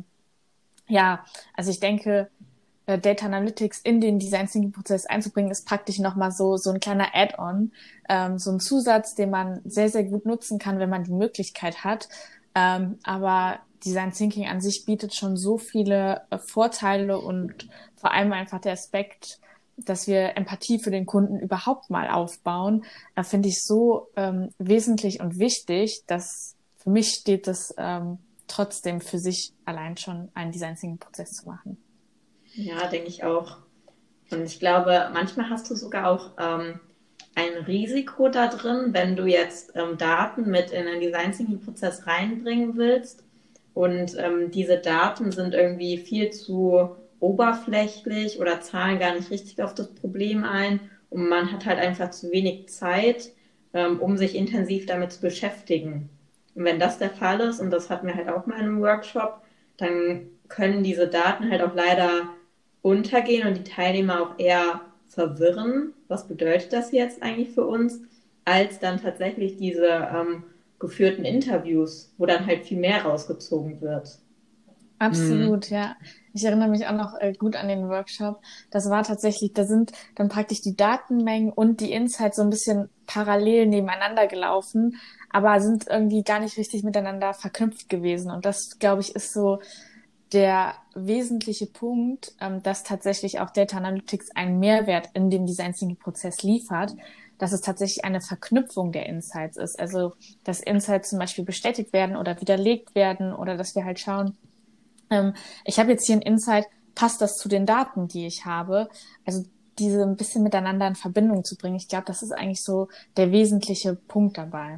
also ich denke, Data Analytics in den Design Thinking Prozess einzubringen, ist praktisch nochmal so ein kleiner Add-on, so ein Zusatz, den man sehr, sehr gut nutzen kann, wenn man die Möglichkeit hat. Aber Design Thinking an sich bietet schon so viele Vorteile und vor allem einfach der Aspekt, dass wir Empathie für den Kunden überhaupt mal aufbauen, finde ich so wesentlich und wichtig, dass für mich steht es trotzdem für sich allein schon einen Design Thinking Prozess zu machen. Ja, denke ich auch. Und ich glaube, manchmal hast du sogar auch ein Risiko da drin, wenn du jetzt Daten mit in den Design Thinking Prozess reinbringen willst und diese Daten sind irgendwie viel zu oberflächlich oder zahlen gar nicht richtig auf das Problem ein und man hat halt einfach zu wenig Zeit, um sich intensiv damit zu beschäftigen. Und wenn das der Fall ist, und das hatten wir halt auch mal in einem Workshop, dann können diese Daten halt auch leider untergehen und die Teilnehmer auch eher verwirren. Was bedeutet das jetzt eigentlich für uns? Als dann tatsächlich diese geführten Interviews, wo dann halt viel mehr rausgezogen wird. Absolut, ja. Ich erinnere mich auch noch gut an den Workshop. Das war tatsächlich, da sind dann praktisch die Datenmengen und die Insights so ein bisschen parallel nebeneinander gelaufen, aber sind irgendwie gar nicht richtig miteinander verknüpft gewesen. Und das, glaube ich, ist so der wesentliche Punkt, dass tatsächlich auch Data Analytics einen Mehrwert in dem Design Thinking Prozess liefert, dass es tatsächlich eine Verknüpfung der Insights ist. Also, dass Insights zum Beispiel bestätigt werden oder widerlegt werden oder dass wir halt schauen, ich habe jetzt hier ein Insight, passt das zu den Daten, die ich habe? Also diese ein bisschen miteinander in Verbindung zu bringen. Ich glaube, das ist eigentlich so der wesentliche Punkt dabei.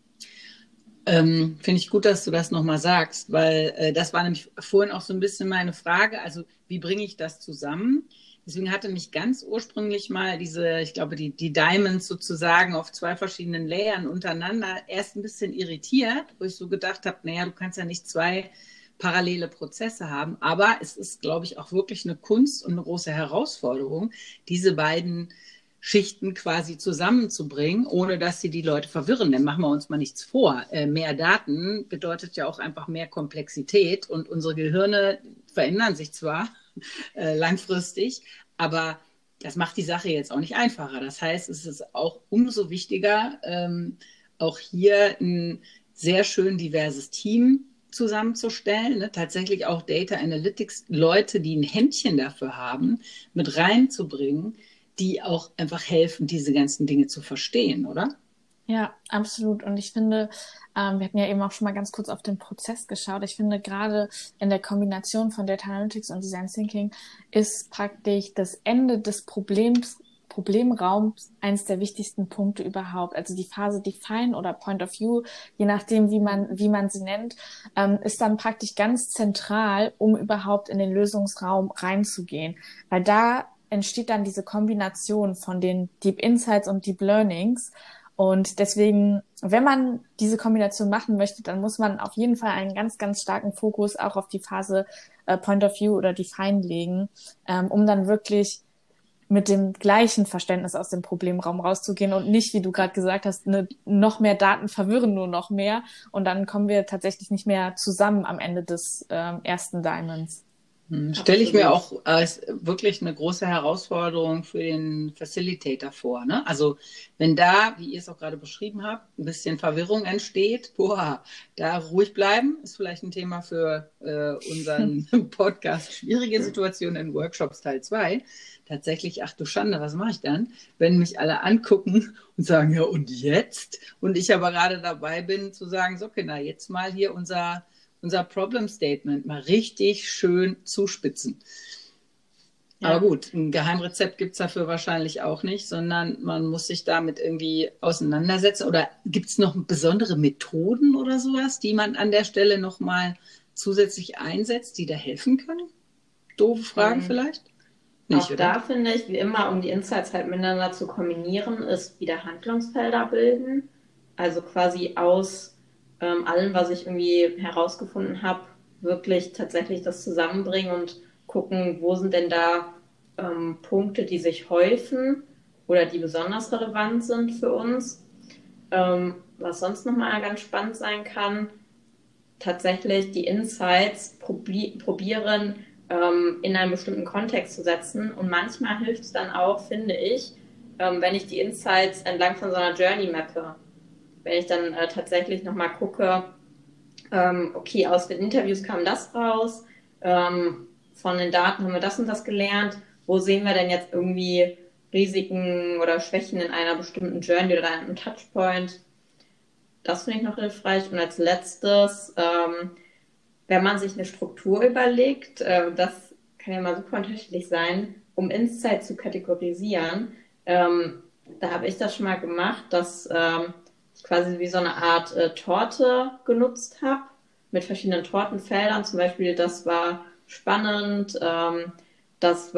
Finde ich gut, dass du das nochmal sagst, weil das war nämlich vorhin auch so ein bisschen meine Frage. Also wie bringe ich das zusammen? Deswegen hatte mich ganz ursprünglich mal ich glaube, die Diamonds sozusagen auf 2 verschiedenen Layern untereinander erst ein bisschen irritiert, wo ich so gedacht habe, naja, du kannst ja nicht 2 parallele Prozesse haben. Aber es ist, glaube ich, auch wirklich eine Kunst und eine große Herausforderung, diese beiden Schichten quasi zusammenzubringen, ohne dass sie die Leute verwirren. Denn machen wir uns mal nichts vor. Mehr Daten bedeutet ja auch einfach mehr Komplexität und unsere Gehirne verändern sich zwar langfristig, aber das macht die Sache jetzt auch nicht einfacher. Das heißt, es ist auch umso wichtiger, auch hier ein sehr schön diverses Team zusammenzustellen, ne? Tatsächlich auch Data Analytics Leute, die ein Händchen dafür haben, mit reinzubringen, die auch einfach helfen, diese ganzen Dinge zu verstehen, oder? Ja, absolut. Und ich finde, wir hatten ja eben auch schon mal ganz kurz auf den Prozess geschaut. Ich finde, gerade in der Kombination von Data Analytics und Design Thinking ist praktisch das Ende des Problemraums eines der wichtigsten Punkte überhaupt. Also die Phase Define oder Point of View, je nachdem, wie man sie nennt, ist dann praktisch ganz zentral, um überhaupt in den Lösungsraum reinzugehen. Weil da entsteht dann diese Kombination von den Deep Insights und Deep Learnings. Und deswegen, wenn man diese Kombination machen möchte, dann muss man auf jeden Fall einen ganz, ganz starken Fokus auch auf die Phase Point of View oder Define legen, um dann wirklich mit dem gleichen Verständnis aus dem Problemraum rauszugehen und nicht, wie du gerade gesagt hast, noch mehr Daten verwirren nur noch mehr und dann kommen wir tatsächlich nicht mehr zusammen am Ende des ersten Diamonds. Stelle ich mir auch als wirklich eine große Herausforderung für den Facilitator vor. Ne? Also wenn da, wie ihr es auch gerade beschrieben habt, ein bisschen Verwirrung entsteht, da ruhig bleiben, ist vielleicht ein Thema für unseren Podcast Schwierige Situationen in Workshops Teil 2. Tatsächlich, ach du Schande, was mache ich dann, wenn mich alle angucken und sagen, ja und jetzt? Und ich aber gerade dabei bin zu sagen, so Kinder, jetzt mal hier unser Problem Statement mal richtig schön zuspitzen. Ja. Aber gut, ein Geheimrezept gibt es dafür wahrscheinlich auch nicht, sondern man muss sich damit irgendwie auseinandersetzen. Oder gibt es noch besondere Methoden oder sowas, die man an der Stelle nochmal zusätzlich einsetzt, die da helfen können? Doofe Fragen vielleicht? Nicht, auch oder? Da finde ich, wie immer, um die Insights halt miteinander zu kombinieren, ist wieder Handlungsfelder bilden. Also quasi aus allem, was ich irgendwie herausgefunden habe, wirklich tatsächlich das zusammenbringen und gucken, wo sind denn da Punkte, die sich häufen oder die besonders relevant sind für uns. Was sonst nochmal ganz spannend sein kann, tatsächlich die Insights probieren, in einen bestimmten Kontext zu setzen. Und manchmal hilft es dann auch, finde ich, wenn ich die Insights entlang von so einer Journey mappe. Wenn ich dann tatsächlich nochmal gucke, okay, aus den Interviews kam das raus, von den Daten haben wir das und das gelernt, wo sehen wir denn jetzt irgendwie Risiken oder Schwächen in einer bestimmten Journey oder einem Touchpoint. Das finde ich noch hilfreich. Und als letztes, wenn man sich eine Struktur überlegt, das kann ja mal super unterschiedlich sein, um Insights zu kategorisieren, da habe ich das schon mal gemacht, dass ich quasi wie so eine Art Torte genutzt habe, mit verschiedenen Tortenfeldern. Zum Beispiel, das war spannend, das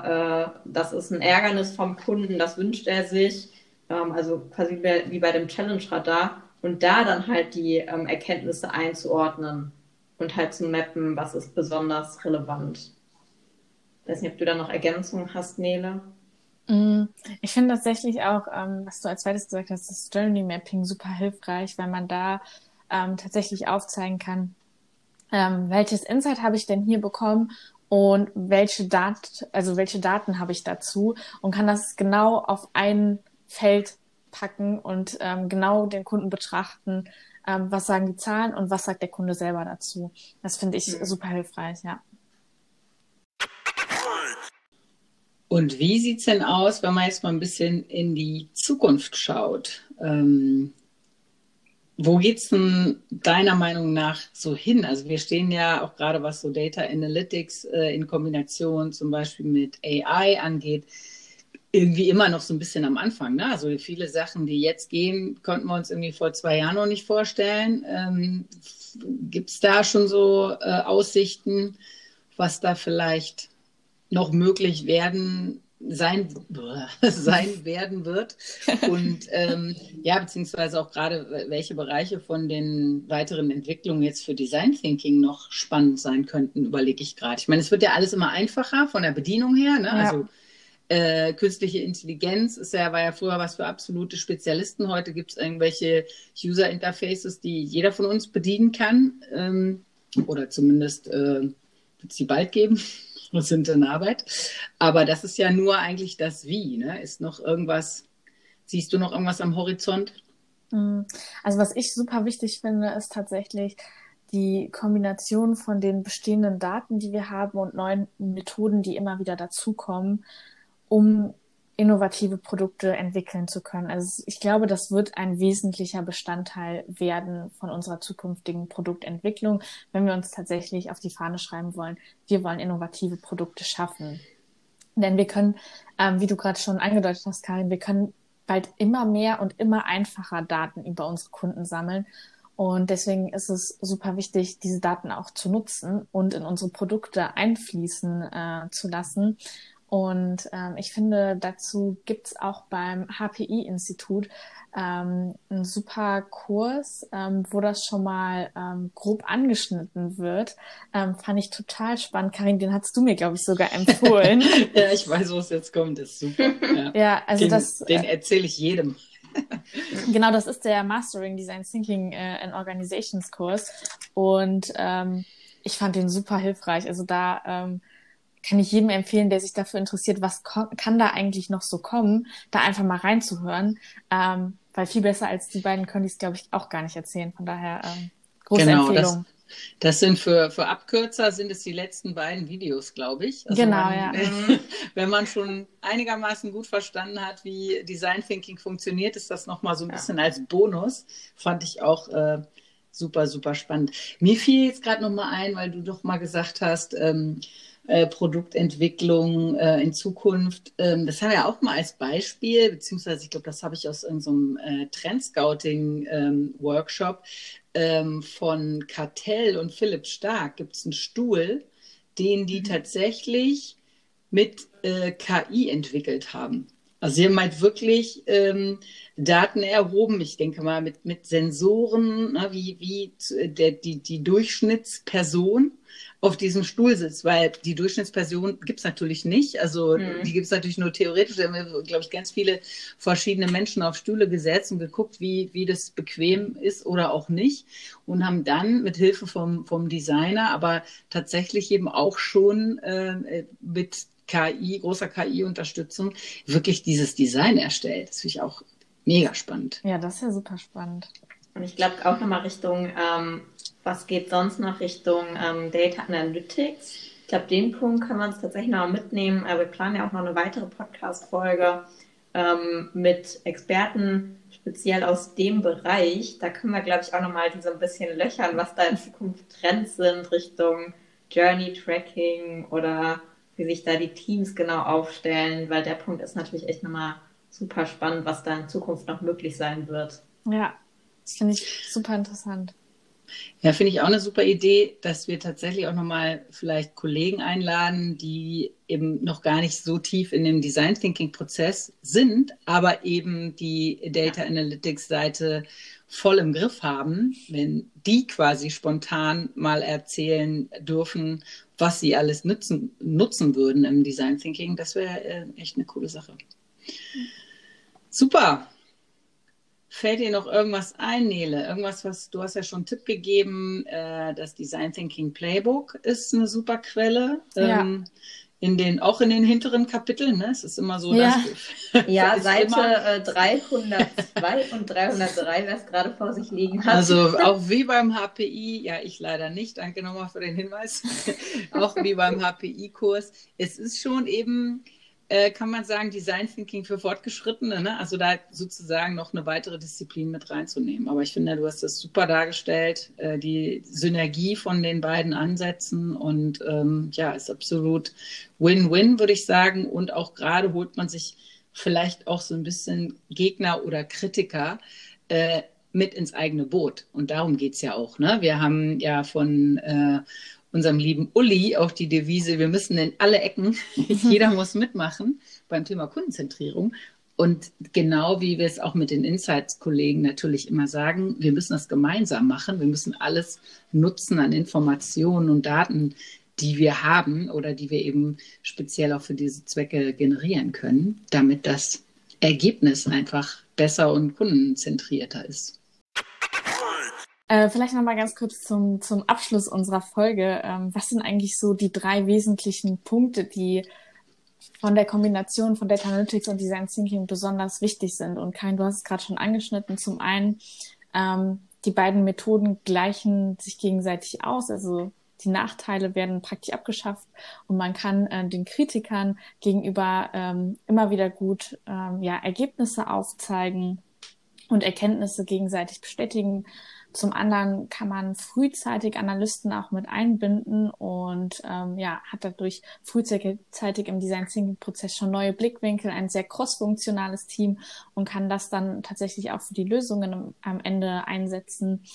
ist ein Ärgernis vom Kunden, das wünscht er sich, also quasi wie bei dem Challenge-Radar. Und da dann halt die Erkenntnisse einzuordnen und halt zu mappen, was ist besonders relevant. Ich weiß nicht, ob du da noch Ergänzungen hast, Nele? Ich finde tatsächlich auch, was du als zweites gesagt hast, das Journey Mapping super hilfreich, weil man da tatsächlich aufzeigen kann, welches Insight habe ich denn hier bekommen und welche Daten habe ich dazu und kann das genau auf ein Feld packen und genau den Kunden betrachten, was sagen die Zahlen und was sagt der Kunde selber dazu. Das finde ich super hilfreich, ja. Und wie sieht es denn aus, wenn man jetzt mal ein bisschen in die Zukunft schaut? Wo geht es denn deiner Meinung nach so hin? Also wir stehen ja auch gerade, was so Data Analytics in Kombination zum Beispiel mit AI angeht, irgendwie immer noch so ein bisschen am Anfang. Ne? Also viele Sachen, die jetzt gehen, konnten wir uns irgendwie vor 2 Jahren noch nicht vorstellen. Gibt es da schon so Aussichten, was da vielleicht noch möglich sein werden wird und beziehungsweise auch gerade welche Bereiche von den weiteren Entwicklungen jetzt für Design Thinking noch spannend sein könnten, überlege ich gerade. Ich meine, es wird ja alles immer einfacher von der Bedienung her, ne? Ja. Also künstliche Intelligenz war ja früher was für absolute Spezialisten. Heute gibt es irgendwelche User Interfaces, die jeder von uns bedienen kann oder zumindest wird es die bald geben. Sind in Arbeit. Aber das ist ja nur eigentlich das Wie. Ne? Ist noch irgendwas, siehst du noch irgendwas am Horizont? Also was ich super wichtig finde, ist tatsächlich die Kombination von den bestehenden Daten, die wir haben und neuen Methoden, die immer wieder dazukommen, um innovative Produkte entwickeln zu können. Also ich glaube, das wird ein wesentlicher Bestandteil werden von unserer zukünftigen Produktentwicklung, wenn wir uns tatsächlich auf die Fahne schreiben wollen, wir wollen innovative Produkte schaffen. Denn wir können, wie du gerade schon angedeutet hast, Karin, wir können bald immer mehr und immer einfacher Daten über unsere Kunden sammeln. Und deswegen ist es super wichtig, diese Daten auch zu nutzen und in unsere Produkte einfließen zu lassen. Und ich finde, dazu gibt's auch beim HPI-Institut einen super Kurs, wo das schon mal grob angeschnitten wird. Fand ich total spannend. Karin, den hast du mir, glaube ich, sogar empfohlen. Ja, ich weiß, wo es jetzt kommt. Das ist super. Ja, ja, also den erzähle ich jedem. Genau, das ist der Mastering Design Thinking and Organizations Kurs. Und ich fand den super hilfreich. Also da kann ich jedem empfehlen, der sich dafür interessiert, was kann da eigentlich noch so kommen, da einfach mal reinzuhören. Weil viel besser als die beiden können die es, glaube ich, auch gar nicht erzählen. Von daher große Empfehlung. Das sind für Abkürzer sind es die letzten beiden Videos, glaube ich. Also genau, wenn man schon einigermaßen gut verstanden hat, wie Design Thinking funktioniert, ist das nochmal so ein bisschen als Bonus. Fand ich auch super, super spannend. Mir fiel jetzt gerade nochmal ein, weil du doch mal gesagt hast, Produktentwicklung in Zukunft. Das haben wir auch mal als Beispiel, beziehungsweise ich glaube, das habe ich aus irgendeinem Trendscouting-Workshop von Cartell und Philipp Stark. Gibt es einen Stuhl, den die tatsächlich mit KI entwickelt haben. Also sie haben halt wirklich Daten erhoben, ich denke mal mit Sensoren, ne, wie die Durchschnittsperson auf diesem Stuhl sitzt, weil die Durchschnittsperson gibt es natürlich nicht, also die gibt es natürlich nur theoretisch. Da haben wir, glaube ich, ganz viele verschiedene Menschen auf Stühle gesetzt und geguckt, wie das bequem ist oder auch nicht und haben dann mit Hilfe vom Designer, aber tatsächlich eben auch schon mit großer KI-Unterstützung wirklich dieses Design erstellt. Das finde ich auch mega spannend. Ja, das ist ja super spannend. Und ich glaube auch nochmal Richtung, was geht sonst noch Richtung Data Analytics? Ich glaube, den Punkt können wir uns tatsächlich noch mitnehmen. Wir planen ja auch noch eine weitere Podcast-Folge mit Experten, speziell aus dem Bereich. Da können wir, glaube ich, auch nochmal so ein bisschen löchern, was da in Zukunft Trends sind Richtung Journey Tracking oder wie sich da die Teams genau aufstellen, weil der Punkt ist natürlich echt nochmal super spannend, was da in Zukunft noch möglich sein wird. Ja, das finde ich super interessant. Ja, finde ich auch eine super Idee, dass wir tatsächlich auch nochmal vielleicht Kollegen einladen, die eben noch gar nicht so tief in dem Design Thinking Prozess sind, aber eben die Data Analytics Seite voll im Griff haben, wenn die quasi spontan mal erzählen dürfen, was sie alles nutzen würden im Design Thinking. Das wäre echt eine coole Sache. Super. Fällt dir noch irgendwas ein, Nele? Irgendwas, du hast ja schon einen Tipp gegeben, das Design Thinking Playbook ist eine super Quelle. Ja. Auch in den hinteren Kapiteln, ne? Es ist immer so, Ja. Ja, Seite 302 und 303, wer es gerade vor sich liegen hat. Also auch wie beim HPI, ja, ich leider nicht, danke nochmal für den Hinweis, auch wie beim HPI-Kurs, es ist schon eben, kann man sagen, Design Thinking für Fortgeschrittene, ne? Also da sozusagen noch eine weitere Disziplin mit reinzunehmen. Aber ich finde, du hast das super dargestellt, die Synergie von den beiden Ansätzen und ja, ist absolut Win-Win, würde ich sagen. Und auch gerade holt man sich vielleicht auch so ein bisschen Gegner oder Kritiker mit ins eigene Boot. Und darum geht es ja auch. Ne? Wir haben ja von unserem lieben Uli auch die Devise, wir müssen in alle Ecken, jeder muss mitmachen beim Thema Kundenzentrierung. Und genau wie wir es auch mit den Insights-Kollegen natürlich immer sagen, wir müssen das gemeinsam machen. Wir müssen alles nutzen an Informationen und Daten, die wir haben oder die wir eben speziell auch für diese Zwecke generieren können, damit das Ergebnis einfach besser und kundenzentrierter ist. Vielleicht nochmal ganz kurz zum Abschluss unserer Folge. Was sind eigentlich so die 3 wesentlichen Punkte, die von der Kombination von Data Analytics und Design Thinking besonders wichtig sind? Und Karin, du hast es gerade schon angeschnitten. Zum einen, die beiden Methoden gleichen sich gegenseitig aus. Also die Nachteile werden praktisch abgeschafft und man kann den Kritikern gegenüber immer wieder gut Ergebnisse aufzeigen und Erkenntnisse gegenseitig bestätigen. Zum anderen kann man frühzeitig Analysten auch mit einbinden und hat dadurch frühzeitig im Design Thinking Prozess schon neue Blickwinkel, ein sehr crossfunktionales Team und kann das dann tatsächlich auch für die Lösungen am Ende einsetzen.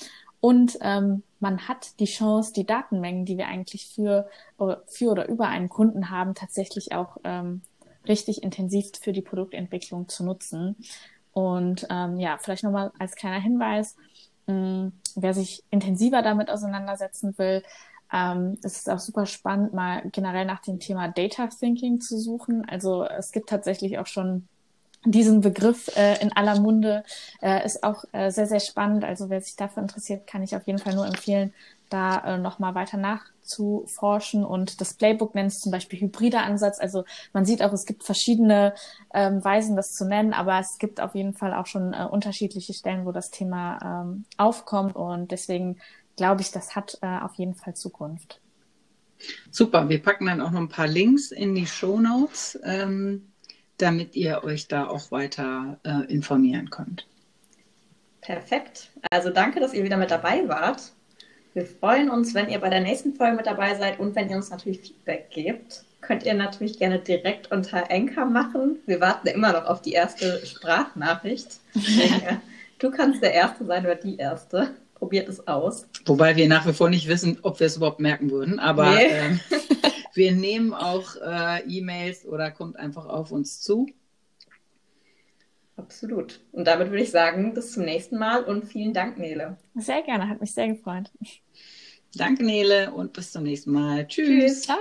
Und man hat die Chance, die Datenmengen, die wir eigentlich für oder über einen Kunden haben, tatsächlich auch richtig intensiv für die Produktentwicklung zu nutzen. Und vielleicht nochmal als kleiner Hinweis, wer sich intensiver damit auseinandersetzen will, es ist auch super spannend, mal generell nach dem Thema Data Thinking zu suchen. Also es gibt tatsächlich auch schon diesen Begriff in aller Munde, ist auch sehr, sehr spannend. Also wer sich dafür interessiert, kann ich auf jeden Fall nur empfehlen, da nochmal weiter nachzuforschen. Und das Playbook nennt es zum Beispiel hybrider Ansatz. Also man sieht auch, es gibt verschiedene Weisen, das zu nennen, aber es gibt auf jeden Fall auch schon unterschiedliche Stellen, wo das Thema aufkommt. Und deswegen glaube ich, das hat auf jeden Fall Zukunft. Super, wir packen dann auch noch ein paar Links in die Shownotes, damit ihr euch da auch weiter informieren könnt. Perfekt. Also danke, dass ihr wieder mit dabei wart. Wir freuen uns, wenn ihr bei der nächsten Folge mit dabei seid und wenn ihr uns natürlich Feedback gebt. Könnt ihr natürlich gerne direkt unter Anchor machen. Wir warten immer noch auf die erste Sprachnachricht. Du kannst der Erste sein oder die Erste. Probiert es aus. Wobei wir nach wie vor nicht wissen, ob wir es überhaupt merken würden. Aber nee. Wir nehmen auch E-Mails oder kommt einfach auf uns zu. Absolut. Und damit würde ich sagen, bis zum nächsten Mal und vielen Dank, Nele. Sehr gerne, hat mich sehr gefreut. Danke, Nele, und bis zum nächsten Mal. Tschüss. Ciao.